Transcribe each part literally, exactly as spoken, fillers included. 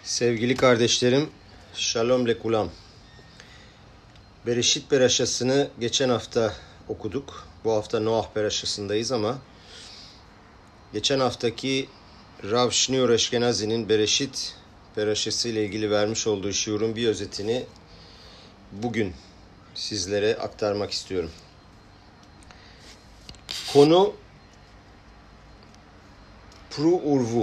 Sevgili kardeşlerim, Shalom lekulam. Bereshit Peraşasını geçen hafta okuduk. Bu hafta Noah Peraşasındayız ama geçen haftaki Rav Shneur Eşkenazi'nin Bereshit Peraşası ile ilgili vermiş olduğu şiurun bir özetini bugün sizlere aktarmak istiyorum. Konu Pru Urvu.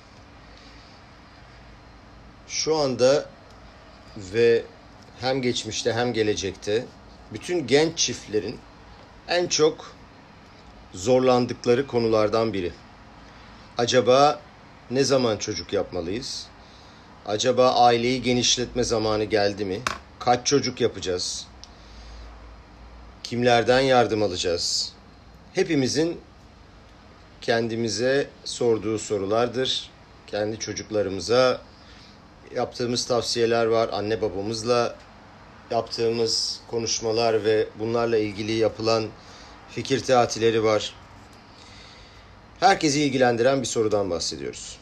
Şu anda ve hem geçmişte hem gelecekte bütün genç çiftlerin en çok zorlandıkları konulardan biri. Acaba ne zaman çocuk yapmalıyız? Acaba aileyi genişletme zamanı geldi mi? Kaç çocuk yapacağız? Kimlerden yardım alacağız? Hepimizin kendimize sorduğu sorulardır. Kendi çocuklarımıza yaptığımız tavsiyeler var. Anne babamızla yaptığımız konuşmalar ve bunlarla ilgili yapılan fikir teatileri var. Herkesi ilgilendiren bir sorudan bahsediyoruz.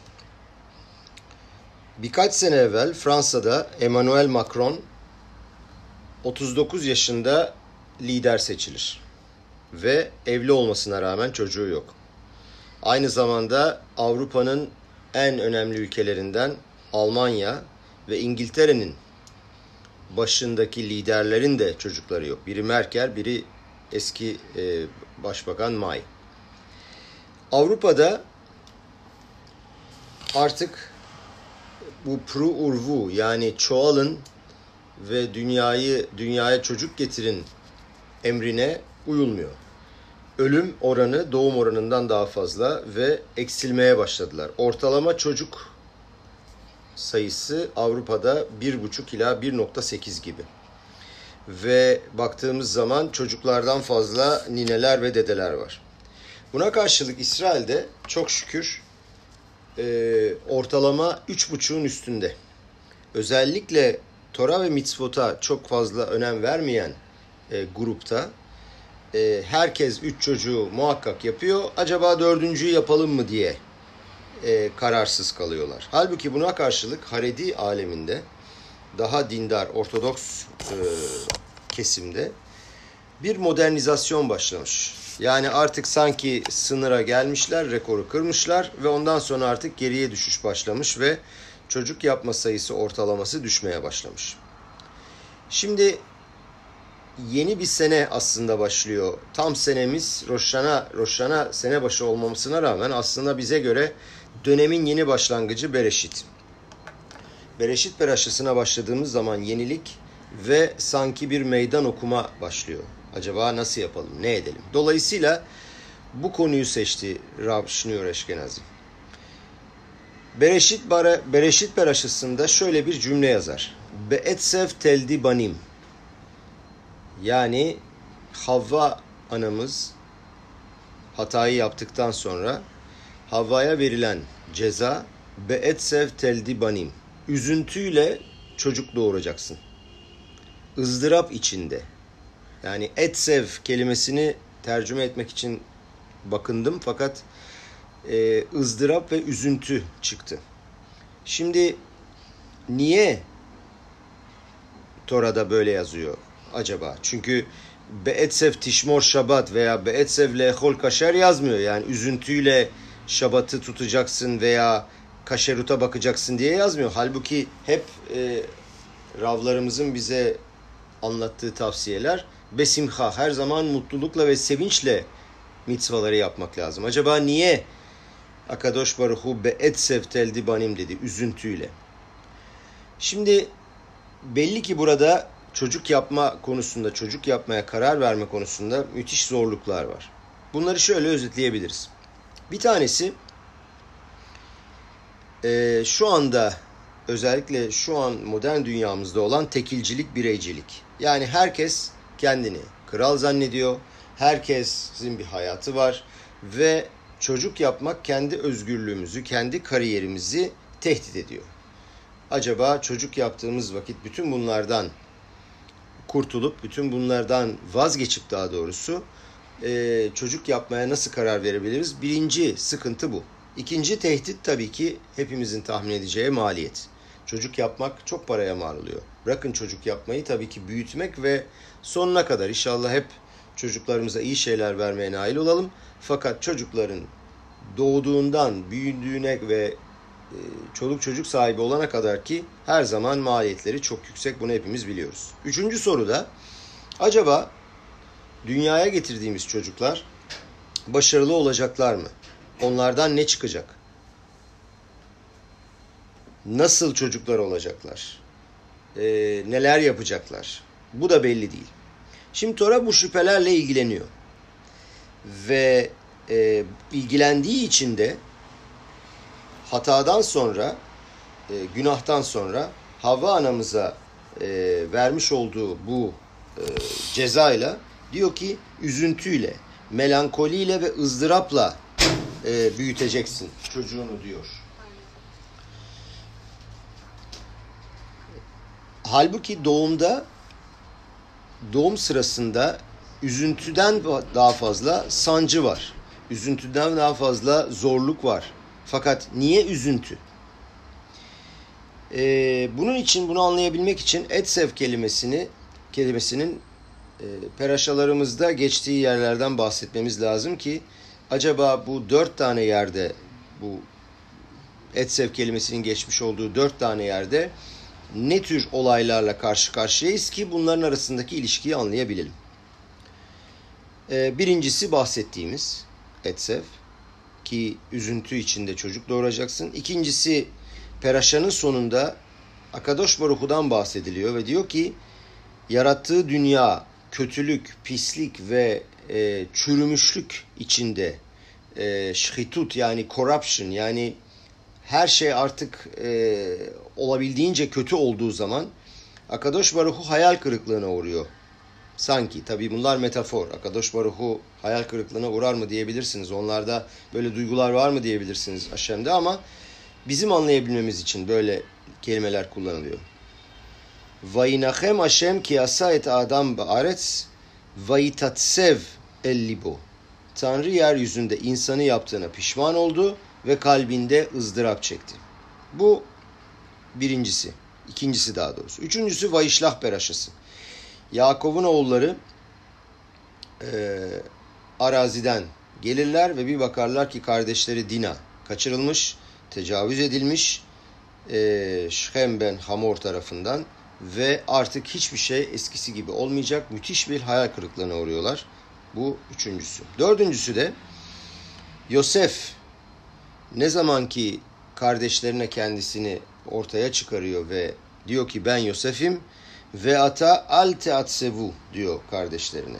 Birkaç sene evvel Fransa'da Emmanuel Macron otuz dokuz yaşında lider seçilir. Ve evli olmasına rağmen çocuğu yok. Aynı zamanda Avrupa'nın en önemli ülkelerinden Almanya ve İngiltere'nin başındaki liderlerin de çocukları yok. Biri Merkel, biri eski e, Başbakan May. Avrupa'da artık bu Pru Urvu, yani çoğalın ve dünyayı dünyaya çocuk getirin emrine uyulmuyor. Ölüm oranı doğum oranından daha fazla ve eksilmeye başladılar. Ortalama çocuk sayısı Avrupa'da bir buçuk ila bir nokta sekiz gibi. Ve baktığımız zaman çocuklardan fazla nineler ve dedeler var. Buna karşılık İsrail'de çok şükür e, ortalama üç buçuğun üstünde. Özellikle Tora ve Mitzvot'a çok fazla önem vermeyen e, grupta e, herkes üç çocuğu muhakkak yapıyor. Acaba dördüncüyü yapalım mı diye E, kararsız kalıyorlar. Halbuki buna karşılık Haredi aleminde daha dindar, ortodoks e, kesimde bir modernizasyon başlamış. Yani artık sanki sınıra gelmişler, rekoru kırmışlar ve ondan sonra artık geriye düşüş başlamış ve çocuk yapma sayısı ortalaması düşmeye başlamış. Şimdi yeni bir sene aslında başlıyor. Tam senemiz Rosh Hashanah, Rosh Hashanah sene başı olmamasına rağmen aslında bize göre dönemin yeni başlangıcı Bereshit. Bereshit Peraşasına başladığımız zaman yenilik ve sanki bir meydan okuma başlıyor. Acaba nasıl yapalım, ne edelim? Dolayısıyla bu konuyu seçti Rav Shneur Eşkenazi. Bereshit, Bereshit Peraşasında şöyle bir cümle yazar. Be'etsev teldi banim. Yani Havva anamız hatayı yaptıktan sonra Havva'ya verilen ceza be'etsev teldi banim. Üzüntüyle çocuk doğuracaksın. ızdırap içinde. Yani etsev kelimesini tercüme etmek için bakındım fakat e, ızdırap ve üzüntü çıktı. Şimdi niye Tora'da böyle yazıyor acaba? Çünkü be'etsev tişmor şabat veya be'etsev lehol kaşer yazmıyor. Yani üzüntüyle şabatı tutacaksın veya kaşeruta bakacaksın diye yazmıyor. Halbuki hep e, Ravlarımızın bize anlattığı tavsiyeler besimha, her zaman mutlulukla ve sevinçle mitzvaları yapmak lazım. Acaba niye Akadosh Baruhu be'etsev teldi banim dedi, üzüntüyle? Şimdi belli ki burada çocuk yapma konusunda, çocuk yapmaya karar verme konusunda müthiş zorluklar var. Bunları şöyle özetleyebiliriz. Bir tanesi e, şu anda özellikle şu an modern dünyamızda olan tekilcilik, bireycilik. Yani herkes kendini kral zannediyor. Herkesin bir hayatı var ve çocuk yapmak kendi özgürlüğümüzü, kendi kariyerimizi tehdit ediyor. Acaba çocuk yaptığımız vakit bütün bunlardan kurtulup, bütün bunlardan vazgeçip daha doğrusu e, çocuk yapmaya nasıl karar verebiliriz? Birinci sıkıntı bu. İkinci tehdit tabii ki hepimizin tahmin edeceği maliyet. Çocuk yapmak çok paraya mal oluyor. Bırakın çocuk yapmayı, tabii ki büyütmek ve sonuna kadar inşallah hep çocuklarımıza iyi şeyler vermeye nail olalım. Fakat çocukların doğduğundan büyüdüğüne ve e, çoluk çocuk sahibi olana kadar ki her zaman maliyetleri çok yüksek. Bunu hepimiz biliyoruz. Üçüncü soruda, acaba dünyaya getirdiğimiz çocuklar başarılı olacaklar mı? Onlardan ne çıkacak? Nasıl çocuklar olacaklar? Ee, neler yapacaklar? Bu da belli değil. Şimdi Tora bu şüphelerle ilgileniyor. Ve e, ilgilendiği için de hatadan sonra, e, günahtan sonra Havva anamıza e, vermiş olduğu bu e, cezayla diyor ki üzüntüyle, melankoliyle ve ızdırapla e, büyüteceksin çocuğunu diyor. Halbuki doğumda, doğum sırasında üzüntüden daha fazla sancı var. Üzüntüden daha fazla zorluk var. Fakat niye üzüntü? Ee, bunun için, bunu anlayabilmek için etsev kelimesini, kelimesinin e, peraşalarımızda geçtiği yerlerden bahsetmemiz lazım ki acaba bu dört tane yerde, bu etsev kelimesinin geçmiş olduğu dört tane yerde ne tür olaylarla karşı karşıyayız ki bunların arasındaki ilişkiyi anlayabilelim. Ee, birincisi bahsettiğimiz etsev, ki üzüntü içinde çocuk doğuracaksın. İkincisi, peraşanın sonunda Akadosh Baruhu'dan bahsediliyor ve diyor ki yarattığı dünya kötülük, pislik ve e, çürümüşlük içinde, e, şhitut yani corruption, yani her şey artık e, olabildiğince kötü olduğu zaman Akadosh Baruhu hayal kırıklığına uğruyor. Sanki, tabii bunlar metafor. Akadosh Baruhu hayal kırıklığına uğrar mı diyebilirsiniz. Onlarda böyle duygular var mı diyebilirsiniz Haşem'de, ama bizim anlayabilmemiz için böyle kelimeler kullanılıyor. Vayinachem Hashem ki asa et adam ba'aretz vayitatsev el libo. Tanrı yeryüzünde insanı yaptığına pişman oldu ve kalbinde ızdırap çekti. Bu birincisi. İkincisi daha doğrusu. Üçüncüsü Vayişlah peraşası. Yakov'un oğulları e, araziden gelirler ve bir bakarlar ki kardeşleri Dina kaçırılmış, tecavüz edilmiş e, Şhem ben Hamor tarafından ve artık hiçbir şey eskisi gibi olmayacak. Müthiş bir hayal kırıklığına uğruyorlar. Bu üçüncüsü. Dördüncüsü de Yosef ne zaman ki kardeşlerine kendisini ortaya çıkarıyor ve diyor ki ben Yosef'im ve ata al teatsevu diyor kardeşlerine.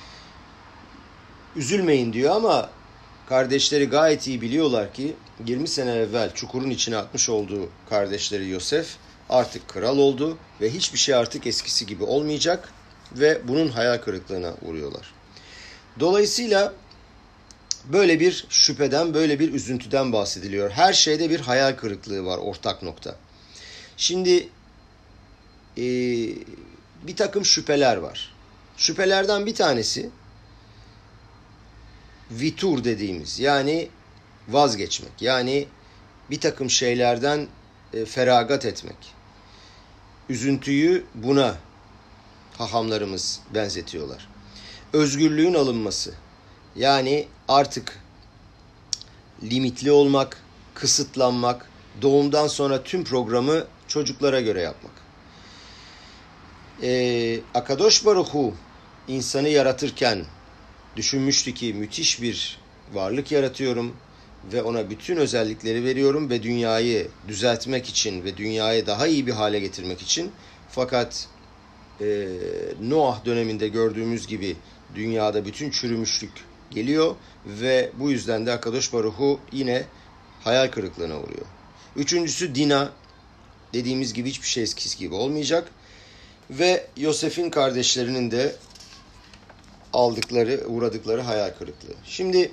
Üzülmeyin diyor, ama kardeşleri gayet iyi biliyorlar ki yirmi sene evvel çukurun içine atmış olduğu kardeşleri Yosef artık kral oldu ve hiçbir şey artık eskisi gibi olmayacak ve bunun hayal kırıklığına uğruyorlar. Dolayısıyla böyle bir şüpheden, böyle bir üzüntüden bahsediliyor. Her şeyde bir hayal kırıklığı var, ortak nokta. Şimdi e, bir takım şüpheler var. Şüphelerden bir tanesi vitur dediğimiz, yani vazgeçmek. Yani bir takım şeylerden e, feragat etmek. Üzüntüyü buna hahamlarımız benzetiyorlar. Özgürlüğün alınması. Yani artık limitli olmak, kısıtlanmak, doğumdan sonra tüm programı çocuklara göre yapmak. Ee, Akadosh Baruhu insanı yaratırken düşünmüştü ki müthiş bir varlık yaratıyorum ve ona bütün özellikleri veriyorum ve dünyayı düzeltmek için ve dünyayı daha iyi bir hale getirmek için. Fakat e, Noah döneminde gördüğümüz gibi dünyada bütün çürümüşlük geliyor ve bu yüzden de Akadosh Baruhu yine hayal kırıklığına uğruyor. Üçüncüsü Dina, dediğimiz gibi hiçbir şey eskisi gibi olmayacak ve Yosef'in kardeşlerinin de aldıkları, uğradıkları hayal kırıklığı. Şimdi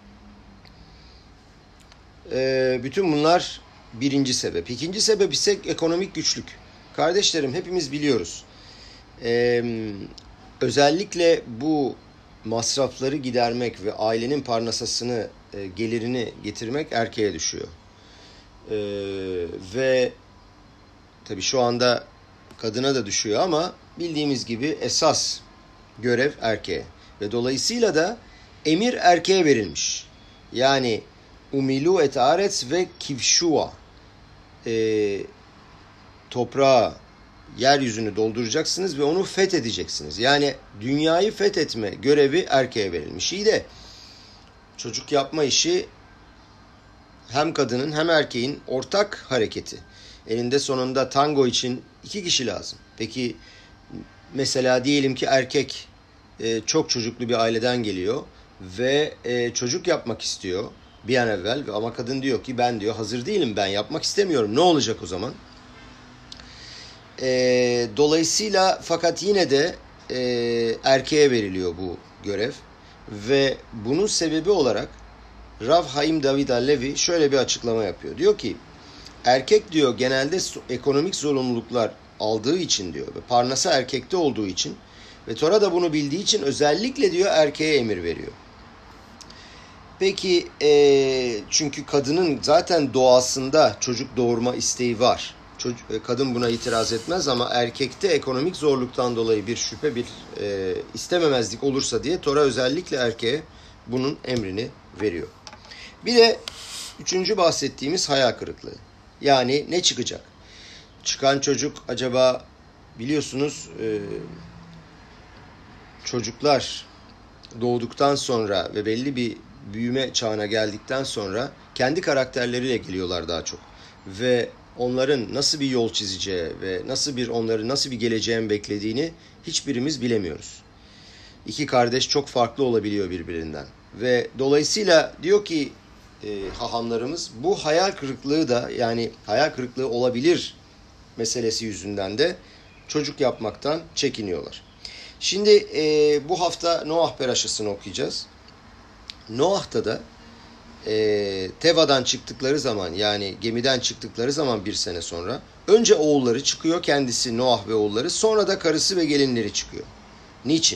e, bütün bunlar birinci sebep. İkinci sebep ise ekonomik güçlük. Kardeşlerim, hepimiz biliyoruz. E, özellikle bu masrafları gidermek ve ailenin parnasasını, e, gelirini getirmek erkeğe düşüyor. E, ve tabii şu anda kadına da düşüyor ama bildiğimiz gibi esas görev erkeğe. Ve dolayısıyla da emir erkeğe verilmiş. Yani umilu et aretz ve kivşua. E, toprağı, yeryüzünü dolduracaksınız ve onu fethedeceksiniz. Yani dünyayı fethetme görevi erkeğe verilmiş. İyi de çocuk yapma işi hem kadının hem erkeğin ortak hareketi. Elinde sonunda tango için iki kişi lazım. Peki mesela diyelim ki erkek e, çok çocuklu bir aileden geliyor ve e, çocuk yapmak istiyor bir an evvel ama kadın diyor ki ben diyor hazır değilim, ben yapmak istemiyorum. Ne olacak o zaman? E, dolayısıyla fakat yine de e, erkeğe veriliyor bu görev ve bunun sebebi olarak Rav Haim David Halevi şöyle bir açıklama yapıyor. Diyor ki erkek diyor genelde ekonomik zorunluluklar aldığı için diyor ve parnası erkekte olduğu için ve Tora da bunu bildiği için özellikle diyor erkeğe emir veriyor. Peki e, çünkü kadının zaten doğasında çocuk doğurma isteği var. Çocuk, kadın buna itiraz etmez ama erkekte ekonomik zorluktan dolayı bir şüphe, bir e, istememezlik olursa diye Tora özellikle erkeğe bunun emrini veriyor. Bir de üçüncü bahsettiğimiz hayal kırıklığı. Yani ne çıkacak? Çıkan çocuk acaba biliyorsunuz e, çocuklar doğduktan sonra ve belli bir büyüme çağına geldikten sonra kendi karakterleriyle geliyorlar daha çok. Ve onların nasıl bir yol çizeceği ve nasıl bir onları nasıl bir geleceğin beklediğini hiçbirimiz bilemiyoruz. İki kardeş çok farklı olabiliyor birbirinden. Ve dolayısıyla diyor ki e, hahamlarımız bu hayal kırıklığı da yani hayal kırıklığı olabilir meselesi yüzünden de çocuk yapmaktan çekiniyorlar. Şimdi e, bu hafta Noah Peraşası'nı okuyacağız. Noah'ta da e, Teva'dan çıktıkları zaman yani gemiden çıktıkları zaman bir sene sonra önce oğulları çıkıyor, kendisi Noah ve oğulları, sonra da karısı ve gelinleri çıkıyor. Niçin?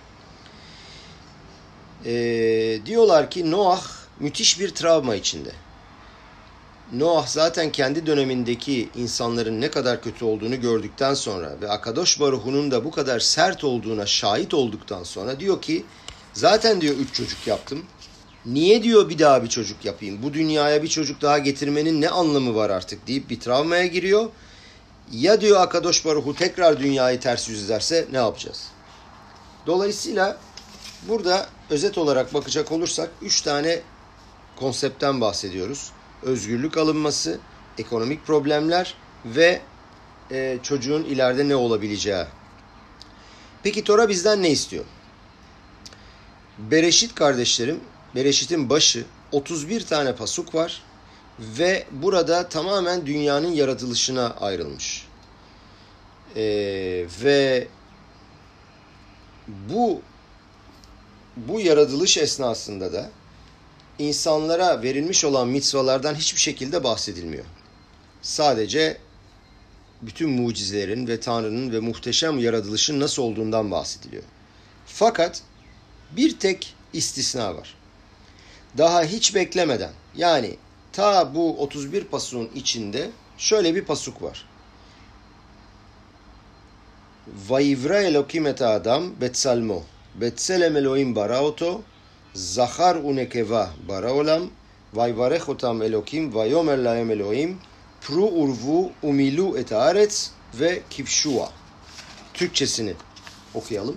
E, diyorlar ki Noah müthiş bir travma içinde. Noah zaten kendi dönemindeki insanların ne kadar kötü olduğunu gördükten sonra ve Akadosh Baruhu'nun da bu kadar sert olduğuna şahit olduktan sonra diyor ki zaten diyor üç çocuk yaptım. Niye diyor bir daha bir çocuk yapayım? Bu dünyaya bir çocuk daha getirmenin ne anlamı var artık deyip bir travmaya giriyor. Ya diyor Akadosh Baruhu tekrar dünyayı ters yüz ederse ne yapacağız? Dolayısıyla burada özet olarak bakacak olursak üç tane konseptten bahsediyoruz. Özgürlük alınması, ekonomik problemler ve e, çocuğun ileride ne olabileceği. Peki Tora bizden ne istiyor? Bereşit kardeşlerim, Bereşit'in başı otuz bir tane pasuk var ve burada tamamen dünyanın yaratılışına ayrılmış. E, ve bu bu yaratılış esnasında da insanlara verilmiş olan mitzvalardan hiçbir şekilde bahsedilmiyor. Sadece bütün mucizelerin ve Tanrı'nın ve muhteşem yaratılışın nasıl olduğundan bahsediliyor. Fakat bir tek istisna var. Daha hiç beklemeden, yani ta bu otuz bir pasuğun içinde şöyle bir pasuk var. Vayivra Elokim et adam betsalmo betselem Elohim baraoto Zahar unekeva baraolam vayvarech otam Elokim vayomer lahem Elohim pru urvu umilu et haaretz ve kivşua. Türkçesini okuyalım.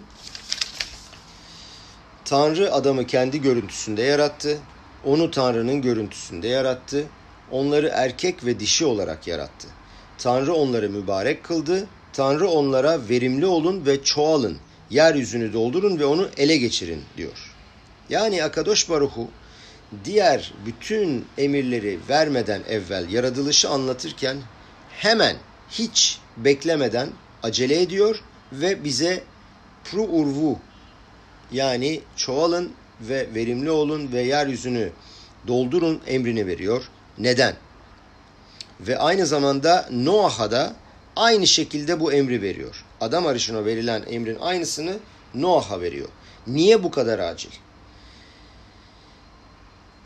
Tanrı adamı kendi görüntüsünde yarattı. Onu Tanrı'nın görüntüsünde yarattı. Onları erkek ve dişi olarak yarattı. Tanrı onları mübarek kıldı. Tanrı onlara verimli olun ve çoğalın. Yeryüzünü doldurun ve onu ele geçirin diyor. Yani Akadosh Baruhu diğer bütün emirleri vermeden evvel yaratılışı anlatırken hemen hiç beklemeden acele ediyor ve bize pru urvu yani çoğalın ve verimli olun ve yeryüzünü doldurun emrini veriyor. Neden? Ve aynı zamanda Noah'a da aynı şekilde bu emri veriyor. Adam arışına verilen emrin aynısını Noah'a veriyor. Niye bu kadar acil?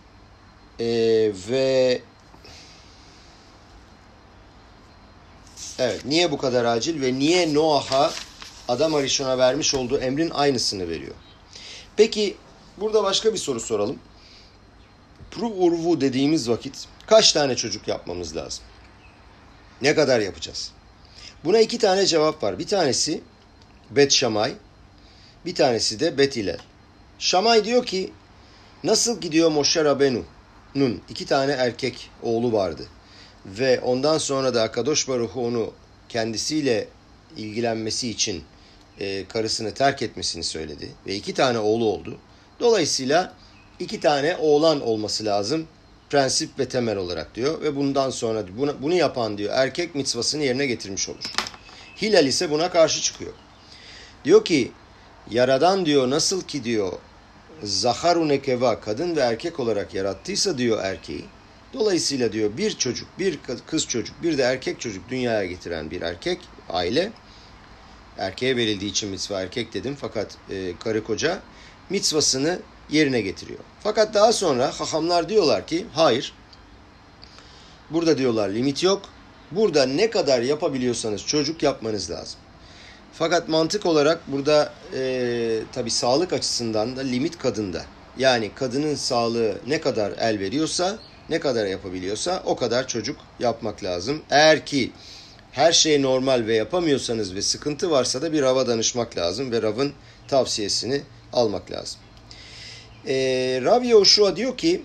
Ee, ve Evet, niye bu kadar acil ve niye Noah'a Adam Arishon'a vermiş olduğu emrin aynısını veriyor? Peki burada başka bir soru soralım. Pru urvu dediğimiz vakit kaç tane çocuk yapmamız lazım? Ne kadar yapacağız? Buna iki tane cevap var. Bir tanesi Bet Şamay, bir tanesi de Bet Hillel. Şamay diyor ki nasıl gidiyor Moshe Rabenu'nun iki tane erkek oğlu vardı. Ve ondan sonra da Akadosh Baruch onu kendisiyle ilgilenmesi için e, karısını terk etmesini söyledi. Ve iki tane oğlu oldu. Dolayısıyla iki tane oğlan olması lazım. Prensip ve temel olarak diyor. Ve bundan sonra bunu, bunu yapan diyor erkek mitzvasını yerine getirmiş olur. Hillel ise buna karşı çıkıyor. Diyor ki Yaradan diyor nasıl ki diyor Zaharu nekeva kadın ve erkek olarak yarattıysa diyor erkeği. Dolayısıyla diyor bir çocuk, bir kız çocuk, bir de erkek çocuk dünyaya getiren bir erkek aile. Erkeğe verildiği için mitzva erkek dedim fakat e, karı koca mitzvasını yerine getiriyor. Fakat daha sonra hahamlar diyorlar ki hayır. Burada diyorlar limit yok. Burada ne kadar yapabiliyorsanız çocuk yapmanız lazım. Fakat mantık olarak burada e, tabii sağlık açısından da limit kadında. Yani kadının sağlığı ne kadar el veriyorsa, ne kadar yapabiliyorsa o kadar çocuk yapmak lazım. Eğer ki her şey normal ve yapamıyorsanız ve sıkıntı varsa da bir Rav'a danışmak lazım ve Rav'ın tavsiyesini almak lazım. E, Rav Yehoshua diyor ki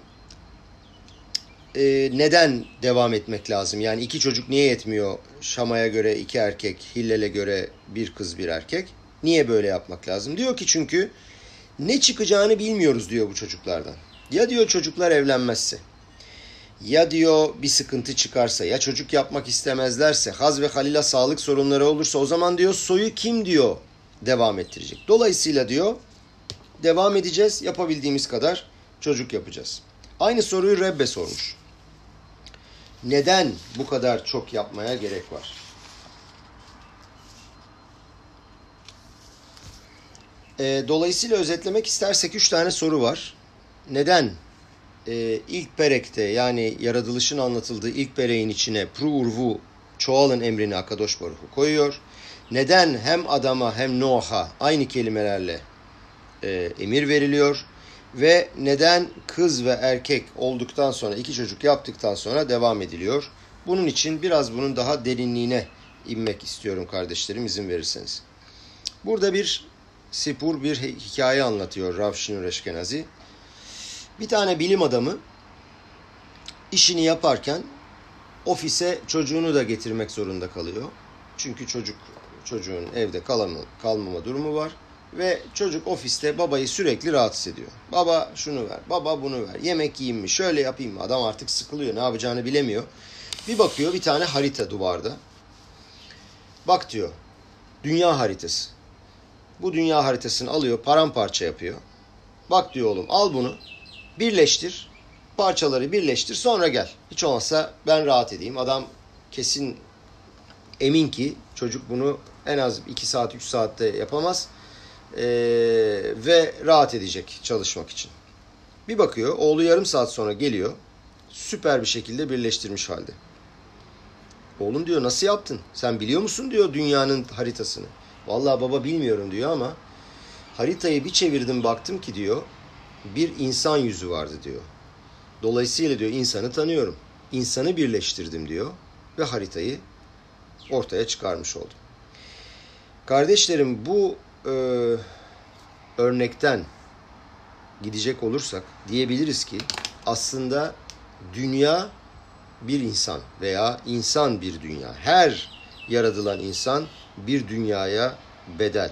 e, neden devam etmek lazım? Yani iki çocuk niye yetmiyor? Şama'ya göre iki erkek, Hillel'e göre bir kız bir erkek. Niye böyle yapmak lazım? Diyor ki çünkü ne çıkacağını bilmiyoruz diyor bu çocuklardan. Ya diyor çocuklar evlenmezse, ya diyor bir sıkıntı çıkarsa, ya çocuk yapmak istemezlerse, haz ve halila sağlık sorunları olursa o zaman diyor soyu kim diyor devam ettirecek. Dolayısıyla diyor devam edeceğiz, yapabildiğimiz kadar çocuk yapacağız. Aynı soruyu Rebbe sormuş. Neden bu kadar çok yapmaya gerek var? E, dolayısıyla özetlemek istersek üç tane soru var. Neden e, ilk perekte yani yaratılışın anlatıldığı ilk pereğin içine pru urvu çoğalın emrini Akadosh Baruch Hu koyuyor? Neden hem adama hem Noah'a aynı kelimelerle e, emir veriliyor? Ve neden kız ve erkek olduktan sonra iki çocuk yaptıktan sonra devam ediliyor? Bunun için biraz bunun daha derinliğine inmek istiyorum kardeşlerim izin verirseniz. Burada bir sipur bir hikaye anlatıyor Rav Shinur Eşkenazi. Bir tane bilim adamı işini yaparken ofise çocuğunu da getirmek zorunda kalıyor. Çünkü çocuk çocuğun evde kalama, kalmama durumu var. Ve çocuk ofiste babayı sürekli rahatsız ediyor. Baba şunu ver, baba bunu ver, yemek yiyeyim mi, şöyle yapayım mı? Adam artık sıkılıyor, ne yapacağını bilemiyor. Bir bakıyor bir tane harita duvarda. Bak diyor, dünya haritası. Bu dünya haritasını alıyor, paramparça yapıyor. Bak diyor oğlum al bunu, birleştir, parçaları birleştir sonra gel. Hiç olmazsa ben rahat edeyim. Adam kesin emin ki çocuk bunu en az iki saat, üç saatte yapamaz. Ee, ve rahat edecek çalışmak için. Bir bakıyor oğlu yarım saat sonra geliyor. Süper bir şekilde birleştirmiş halde. Oğlum diyor nasıl yaptın? Sen biliyor musun diyor dünyanın haritasını. Vallahi baba bilmiyorum diyor ama haritayı bir çevirdim baktım ki diyor bir insan yüzü vardı diyor. Dolayısıyla diyor insanı tanıyorum. İnsanı birleştirdim diyor ve haritayı ortaya çıkarmış oldum. Kardeşlerim bu e, örnekten gidecek olursak diyebiliriz ki aslında dünya bir insan veya insan bir dünya. Her yaratılan insan bir dünyaya bedel.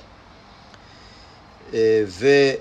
E, ve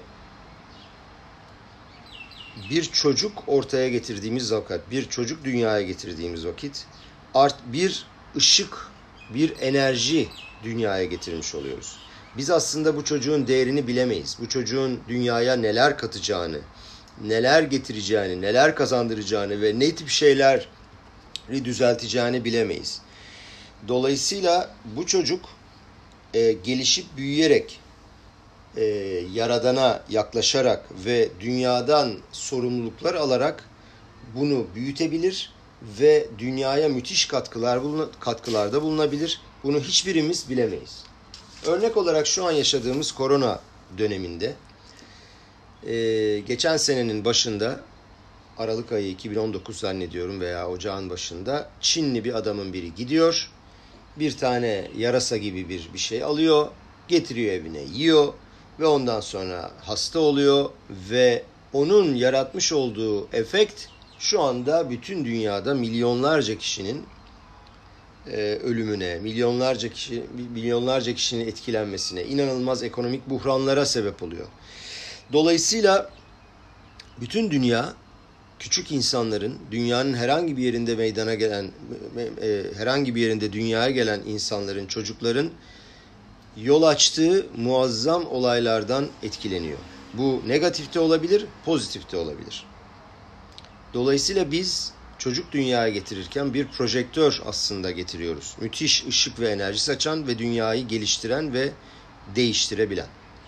bir çocuk ortaya getirdiğimiz vakit, bir çocuk dünyaya getirdiğimiz vakit art bir ışık, bir enerji dünyaya getirmiş oluyoruz. Biz aslında bu çocuğun değerini bilemeyiz. Bu çocuğun dünyaya neler katacağını, neler getireceğini, neler kazandıracağını ve ne tip şeyleri düzelteceğini bilemeyiz. Dolayısıyla bu çocuk e, gelişip büyüyerek, e, Yaradan'a yaklaşarak ve dünyadan sorumluluklar alarak bunu büyütebilir ve dünyaya müthiş katkılar katkılarda bulunabilir. Bunu hiçbirimiz bilemeyiz. Örnek olarak şu an yaşadığımız korona döneminde e, geçen senenin başında Aralık ayı iki bin on dokuz zannediyorum veya ocağın başında Çinli bir adamın biri gidiyor. Bir tane yarasa gibi bir bir şey alıyor, getiriyor evine, yiyor ve ondan sonra hasta oluyor ve onun yaratmış olduğu efekt şu anda bütün dünyada milyonlarca kişinin e, ölümüne, milyonlarca kişi milyonlarca kişinin etkilenmesine, inanılmaz ekonomik buhranlara sebep oluyor. Dolayısıyla bütün dünya küçük insanların, dünyanın herhangi bir yerinde meydana gelen, e, herhangi bir yerinde dünyaya gelen insanların, çocukların yol açtığı muazzam olaylardan etkileniyor. Bu negatif de olabilir, pozitif de olabilir. Dolayısıyla biz çocuk dünyaya getirirken bir projektör aslında getiriyoruz. Müthiş ışık ve enerji saçan ve dünyayı geliştiren ve değiştirebilen.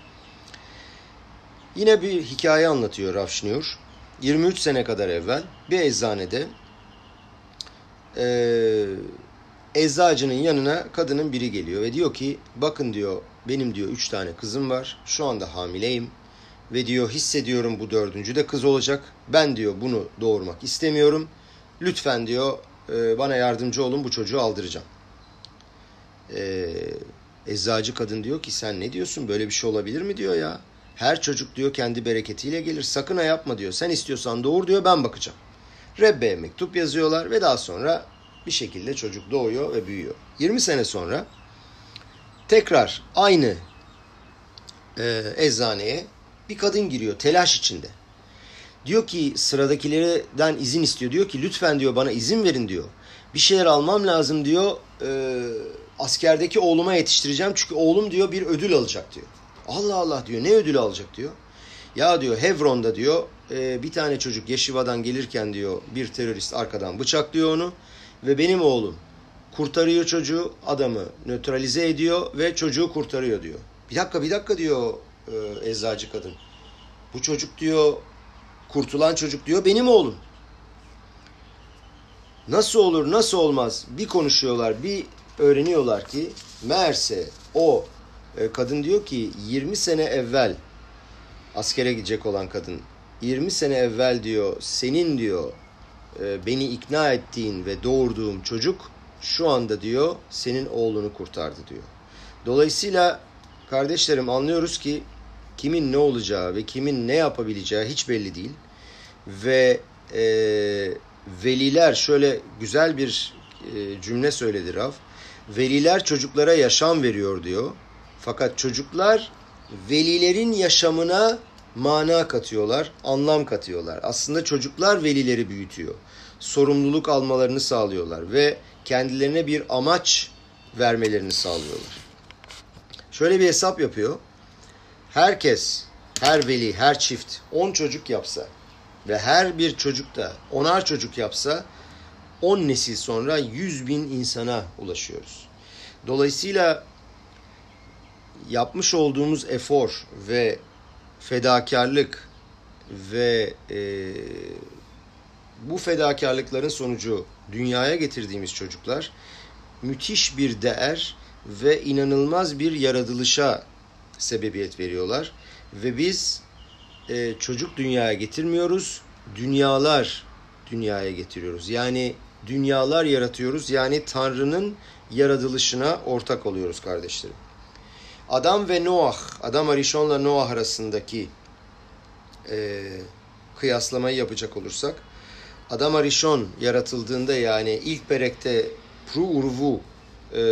Yine bir hikaye anlatıyor Rav Shneur. yirmi üç sene kadar evvel bir eczanede e, eczacının yanına kadının biri geliyor ve diyor ki bakın diyor benim diyor üç tane kızım var, şu anda hamileyim ve diyor hissediyorum bu dördüncü de kız olacak, ben diyor bunu doğurmak istemiyorum, lütfen diyor e, bana yardımcı olun, bu çocuğu aldıracağım. E, eczacı kadın diyor ki sen ne diyorsun, böyle bir şey olabilir mi diyor ya. Her çocuk diyor kendi bereketiyle gelir. Sakın ha yapma diyor. Sen istiyorsan doğur diyor, ben bakacağım. Rebbe'ye mektup yazıyorlar ve daha sonra bir şekilde çocuk doğuyor ve büyüyor. yirmi sene sonra tekrar aynı e, eczaneye bir kadın giriyor telaş içinde. Diyor ki sıradakilerden izin istiyor. Diyor ki lütfen diyor bana izin verin diyor. Bir şeyler almam lazım diyor. E, askerdeki oğluma yetiştireceğim. Çünkü oğlum diyor bir ödül alacak diyor. Allah Allah diyor, ne ödülü alacak diyor. Ya diyor Hebron'da diyor e, bir tane çocuk Yeşiva'dan gelirken diyor bir terörist arkadan bıçaklıyor onu ve benim oğlum kurtarıyor çocuğu, adamı nötralize ediyor ve çocuğu kurtarıyor diyor. Bir dakika bir dakika diyor e, eczacı kadın. Bu çocuk diyor, kurtulan çocuk diyor benim oğlum. Nasıl olur nasıl olmaz, bir konuşuyorlar, bir öğreniyorlar ki meğerse o kadın diyor ki yirmi sene evvel askere gidecek olan kadın, yirmi sene evvel diyor senin diyor beni ikna ettiğin ve doğurduğum çocuk şu anda diyor senin oğlunu kurtardı diyor. Dolayısıyla kardeşlerim anlıyoruz ki kimin ne olacağı ve kimin ne yapabileceği hiç belli değil. Ve e, veliler şöyle güzel bir e, cümle söyledi Rav. Veliler çocuklara yaşam veriyor diyor. Fakat çocuklar velilerin yaşamına mana katıyorlar, anlam katıyorlar. Aslında çocuklar velileri büyütüyor. Sorumluluk almalarını sağlıyorlar ve kendilerine bir amaç vermelerini sağlıyorlar. Şöyle bir hesap yapıyor. Herkes, her veli, her çift on çocuk yapsa ve her bir çocuk da onar çocuk yapsa on nesil sonra yüz bin insana ulaşıyoruz. Dolayısıyla yapmış olduğumuz efor ve fedakarlık ve e, bu fedakarlıkların sonucu dünyaya getirdiğimiz çocuklar müthiş bir değer ve inanılmaz bir yaratılışa sebebiyet veriyorlar. Ve biz e, çocuk dünyaya getirmiyoruz, dünyalar dünyaya getiriyoruz. Yani dünyalar yaratıyoruz, yani Tanrı'nın yaratılışına ortak oluyoruz kardeşlerim. Adam ve Noah, Adam Arishon'la Noah arasındaki e, kıyaslamayı yapacak olursak, Adam Arishon yaratıldığında, yani ilk berekte Pru Urvu e,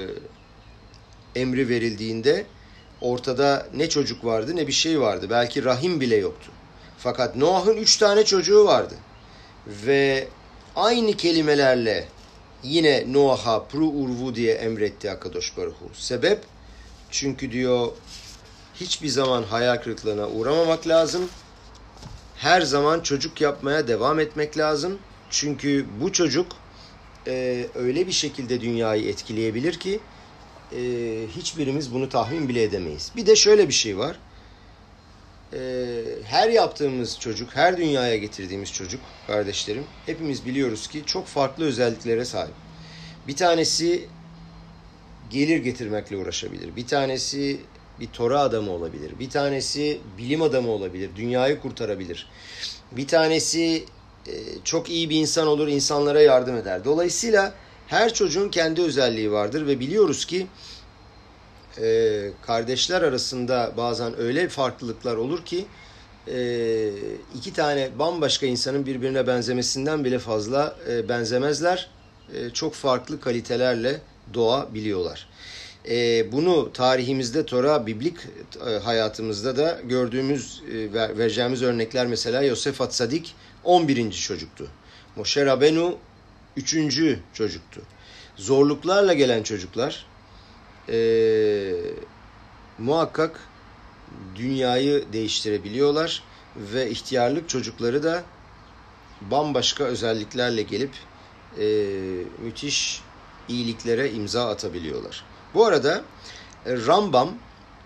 emri verildiğinde ortada ne çocuk vardı ne bir şey vardı. Belki rahim bile yoktu. Fakat Noah'ın üç tane çocuğu vardı. Ve aynı kelimelerle yine Noah'a Pru Urvu diye emretti Akadosh Baruch Hu. Sebep? Çünkü diyor hiçbir zaman hayal kırıklığına uğramamak lazım. Her zaman çocuk yapmaya devam etmek lazım. Çünkü bu çocuk e, öyle bir şekilde dünyayı etkileyebilir ki e, hiçbirimiz bunu tahmin bile edemeyiz. Bir de şöyle bir şey var. e, her yaptığımız çocuk, her dünyaya getirdiğimiz çocuk kardeşlerim, hepimiz biliyoruz ki çok farklı özelliklere sahip. Bir tanesi gelir getirmekle uğraşabilir. Bir tanesi bir Tora adamı olabilir. Bir tanesi bilim adamı olabilir. Dünyayı kurtarabilir. Bir tanesi e, çok iyi bir insan olur, insanlara yardım eder. Dolayısıyla her çocuğun kendi özelliği vardır ve biliyoruz ki e, kardeşler arasında bazen öyle farklılıklar olur ki e, iki tane bambaşka insanın birbirine benzemesinden bile fazla e, benzemezler. E, çok farklı kalitelerle doğabiliyorlar. E, bunu tarihimizde, Tora, biblik e, hayatımızda da gördüğümüz, e, vereceğimiz örnekler mesela Yosef Atsadik on birinci çocuktu. Moshe Rabenu üçüncü çocuktu. Zorluklarla gelen çocuklar e, muhakkak dünyayı değiştirebiliyorlar ve ihtiyarlık çocukları da bambaşka özelliklerle gelip e, müthiş iyiliklere imza atabiliyorlar. Bu arada Rambam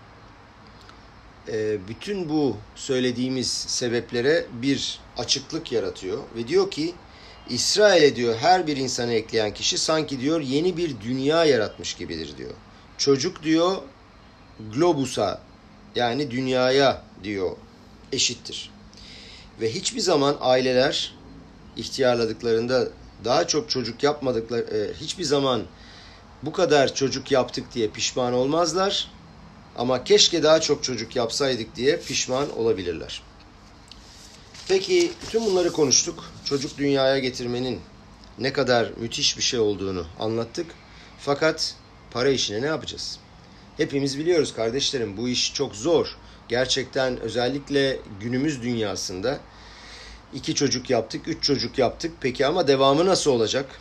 e, bütün bu söylediğimiz sebeplere bir açıklık yaratıyor ve diyor ki İsrail'e diyor her bir insanı ekleyen kişi sanki diyor yeni bir dünya yaratmış gibidir diyor. Çocuk diyor globusa yani dünyaya diyor eşittir. Ve hiçbir zaman aileler ihtiyarladıklarında daha çok çocuk yapmadıkları, e, hiçbir zaman bu kadar çocuk yaptık diye pişman olmazlar. Ama keşke daha çok çocuk yapsaydık diye pişman olabilirler. Peki bütün bunları konuştuk. Çocuk dünyaya getirmenin ne kadar müthiş bir şey olduğunu anlattık. Fakat para işine ne yapacağız? Hepimiz biliyoruz kardeşlerim, bu iş çok zor. Gerçekten özellikle günümüz dünyasında iki çocuk yaptık, üç çocuk yaptık. Peki ama devamı nasıl olacak?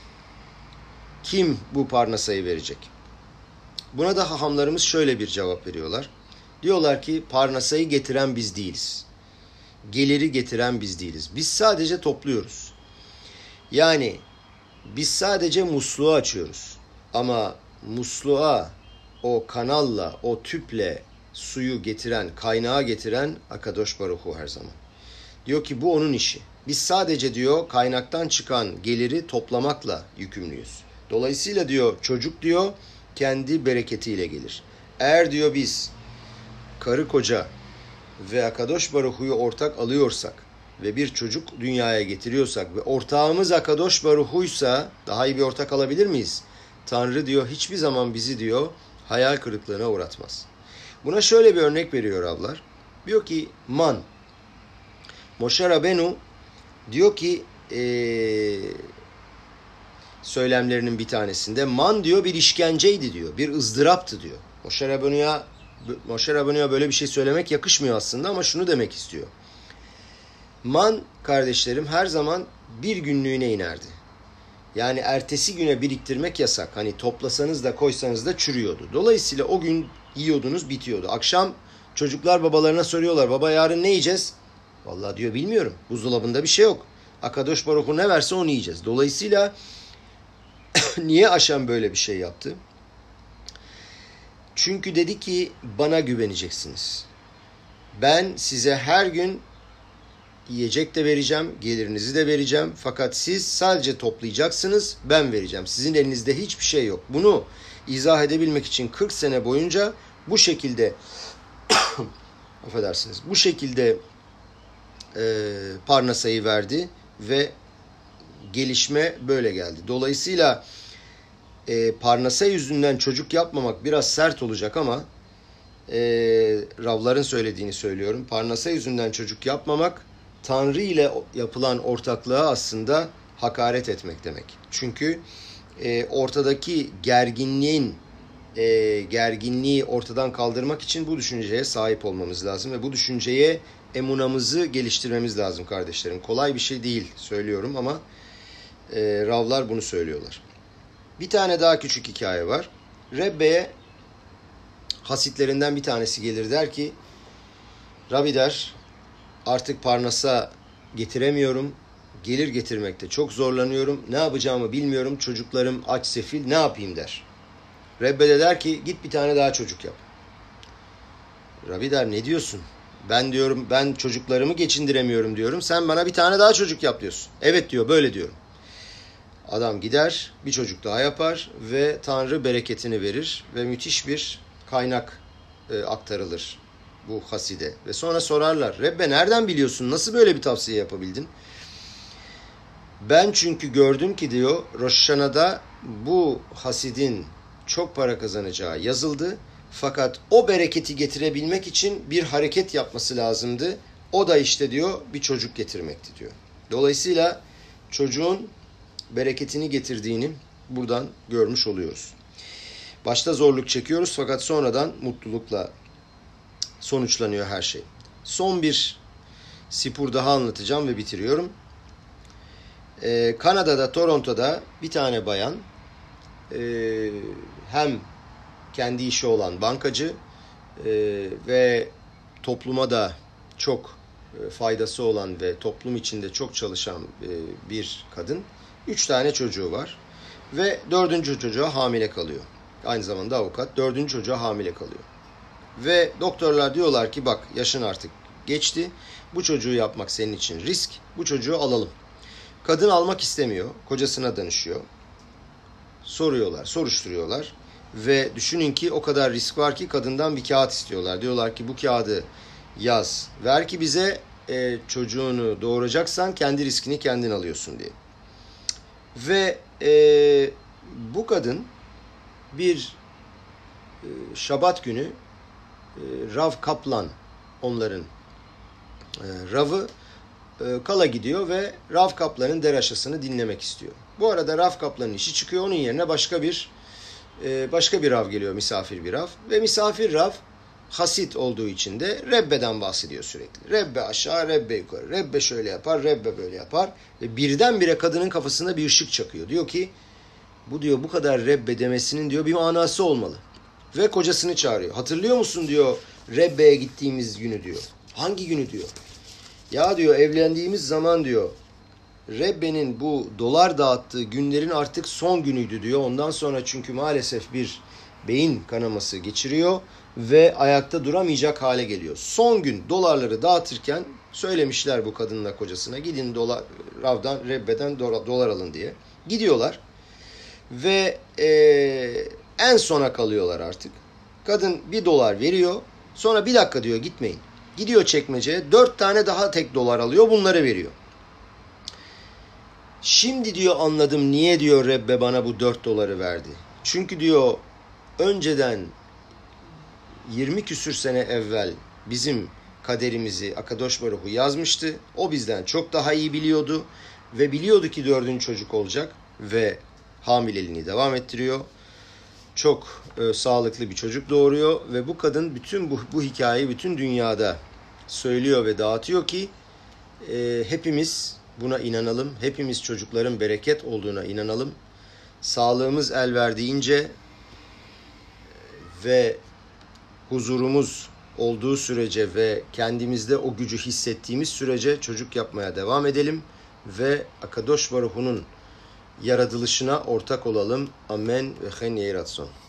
Kim bu parnasayı verecek? Buna da hahamlarımız şöyle bir cevap veriyorlar. Diyorlar ki parnasayı getiren biz değiliz. Geliri getiren biz değiliz. Biz sadece topluyoruz. Yani biz sadece musluğu açıyoruz. Ama musluğa, o kanalla, o tüple suyu getiren, kaynağa getiren Akadosh Baruch Hu her zaman. Diyor ki bu onun işi. Biz sadece diyor kaynaktan çıkan geliri toplamakla yükümlüyüz. Dolayısıyla diyor çocuk diyor kendi bereketiyle gelir. Eğer diyor biz karı koca ve Akadosh Baruch Hu'yu ortak alıyorsak ve bir çocuk dünyaya getiriyorsak ve ortağımız Akadosh Baruch Hu'ysa daha iyi bir ortak alabilir miyiz? Tanrı diyor hiçbir zaman bizi diyor hayal kırıklığına uğratmaz. Buna şöyle bir örnek veriyor Rablar. Diyor ki man. Moshe Rabenu diyor ki ee, söylemlerinin bir tanesinde man diyor bir işkenceydi diyor. Bir ızdıraptı diyor. Moshe Rabenu'ya Moshe Rabenu'ya böyle bir şey söylemek yakışmıyor aslında ama şunu demek istiyor. Man kardeşlerim her zaman bir günlüğüne inerdi. Yani ertesi güne biriktirmek yasak. Hani toplasanız da koysanız da çürüyordu. Dolayısıyla o gün yiyordunuz bitiyordu. Akşam çocuklar babalarına soruyorlar. Baba yarın ne yiyeceğiz? Vallahi diyor bilmiyorum. Buzdolabında bir şey yok. Akadosh Baruch Hu ne verse onu yiyeceğiz. Dolayısıyla niye Aşem böyle bir şey yaptı? Çünkü dedi ki bana güveneceksiniz. Ben size her gün yiyecek de vereceğim, gelirinizi de vereceğim. Fakat siz sadece toplayacaksınız, ben vereceğim. Sizin elinizde hiçbir şey yok. Bunu izah edebilmek için kırk sene boyunca bu şekilde affedersiniz, bu şekilde e, parnasayı verdi ve gelişme böyle geldi. Dolayısıyla e, parnasa yüzünden çocuk yapmamak biraz sert olacak ama e, Ravların söylediğini söylüyorum. Parnasa yüzünden çocuk yapmamak Tanrı ile yapılan ortaklığa aslında hakaret etmek demek. Çünkü e, ortadaki gerginliğin e, gerginliği ortadan kaldırmak için bu düşünceye sahip olmamız lazım ve bu düşünceye emunamızı geliştirmemiz lazım kardeşlerim. Kolay bir şey değil söylüyorum ama e, Ravlar bunu söylüyorlar. Bir tane daha küçük hikaye var. Rebbe'ye hasitlerinden bir tanesi gelir der ki Rabbi der artık parnasa getiremiyorum. Gelir getirmekte çok zorlanıyorum. Ne yapacağımı bilmiyorum. Çocuklarım aç sefil. Ne yapayım der. Rebbe de der ki git bir tane daha çocuk yap. Rabbi der ne diyorsun? Ben diyorum ben çocuklarımı geçindiremiyorum diyorum. Sen bana bir tane daha çocuk yap diyorsun. Evet diyor, böyle diyorum. Adam gider bir çocuk daha yapar ve Tanrı bereketini verir ve müthiş bir kaynak e, aktarılır bu haside. Ve sonra sorarlar, Rebbe nereden biliyorsun, nasıl böyle bir tavsiye yapabildin? Ben çünkü gördüm ki diyor, Rosh Hashanah'da bu hasidin çok para kazanacağı yazıldı. Fakat o bereketi getirebilmek için bir hareket yapması lazımdı. O da işte diyor bir çocuk getirmekti diyor. Dolayısıyla çocuğun bereketini getirdiğini buradan görmüş oluyoruz. Başta zorluk çekiyoruz fakat sonradan mutlulukla sonuçlanıyor her şey. Son bir sipur daha anlatacağım ve bitiriyorum. Ee, Kanada'da, Toronto'da bir tane bayan e, hem kendi işi olan bankacı e, ve topluma da çok e, faydası olan ve toplum içinde çok çalışan e, bir kadın. Üç tane çocuğu var ve dördüncü çocuğa hamile kalıyor. Aynı zamanda avukat. Dördüncü çocuğa hamile kalıyor. Ve doktorlar diyorlar ki bak yaşın artık geçti. Bu çocuğu yapmak senin için risk. Bu çocuğu alalım. Kadın almak istemiyor. Kocasına danışıyor. Soruyorlar, soruşturuyorlar. Ve düşünün ki o kadar risk var ki kadından bir kağıt istiyorlar. Diyorlar ki bu kağıdı yaz. Ver ki bize e, çocuğunu doğuracaksan kendi riskini kendin alıyorsun diye. Ve e, bu kadın bir e, Şabat günü e, Rav Kaplan onların e, Rav'ı e, Kala gidiyor ve Rav Kaplan'ın deraşasını dinlemek istiyor. Bu arada Rav Kaplan'ın işi çıkıyor. Onun yerine başka bir e, başka bir Rav geliyor, misafir bir Rav. Ve misafir Rav hasit olduğu için de Rebbe'den bahsediyor sürekli. Rebbe aşağı, Rebbe yukarı. Rebbe şöyle yapar, Rebbe böyle yapar. Ve birdenbire kadının kafasında bir ışık çakıyor. Diyor ki bu diyor bu kadar Rebbe demesinin diyor bir manası olmalı. Ve kocasını çağırıyor. Hatırlıyor musun diyor Rebbe'ye gittiğimiz günü diyor. Hangi günü diyor. Ya diyor evlendiğimiz zaman diyor Rebbe'nin bu dolar dağıttığı günlerin artık son günüydü diyor. Ondan sonra çünkü maalesef bir beyin kanaması geçiriyor ve ayakta duramayacak hale geliyor. Son gün dolarları dağıtırken söylemişler bu kadınla kocasına gidin dolar Rav'dan Rebbe'den dolar alın diye. Gidiyorlar ve e, en sona kalıyorlar artık. Kadın bir dolar veriyor. Sonra bir dakika diyor gitmeyin. Gidiyor çekmeceye dört tane daha tek dolar alıyor, bunları veriyor. Şimdi diyor anladım niye diyor Rebbe bana bu dört doları verdi. Çünkü diyor önceden yirmi küsür sene evvel bizim kaderimizi Akadosh Baruhu yazmıştı. O bizden çok daha iyi biliyordu ve biliyordu ki dördüncü çocuk olacak ve hamileliğini devam ettiriyor. Çok e, sağlıklı bir çocuk doğuruyor ve bu kadın bütün bu, bu hikayeyi bütün dünyada söylüyor ve dağıtıyor ki e, hepimiz buna inanalım. Hepimiz çocukların bereket olduğuna inanalım. Sağlığımız el verdiğince ve huzurumuz olduğu sürece ve kendimizde o gücü hissettiğimiz sürece çocuk yapmaya devam edelim ve Akadosh Baruhu'nun yaratılışına ortak olalım. Amen ve chen yei ratzon.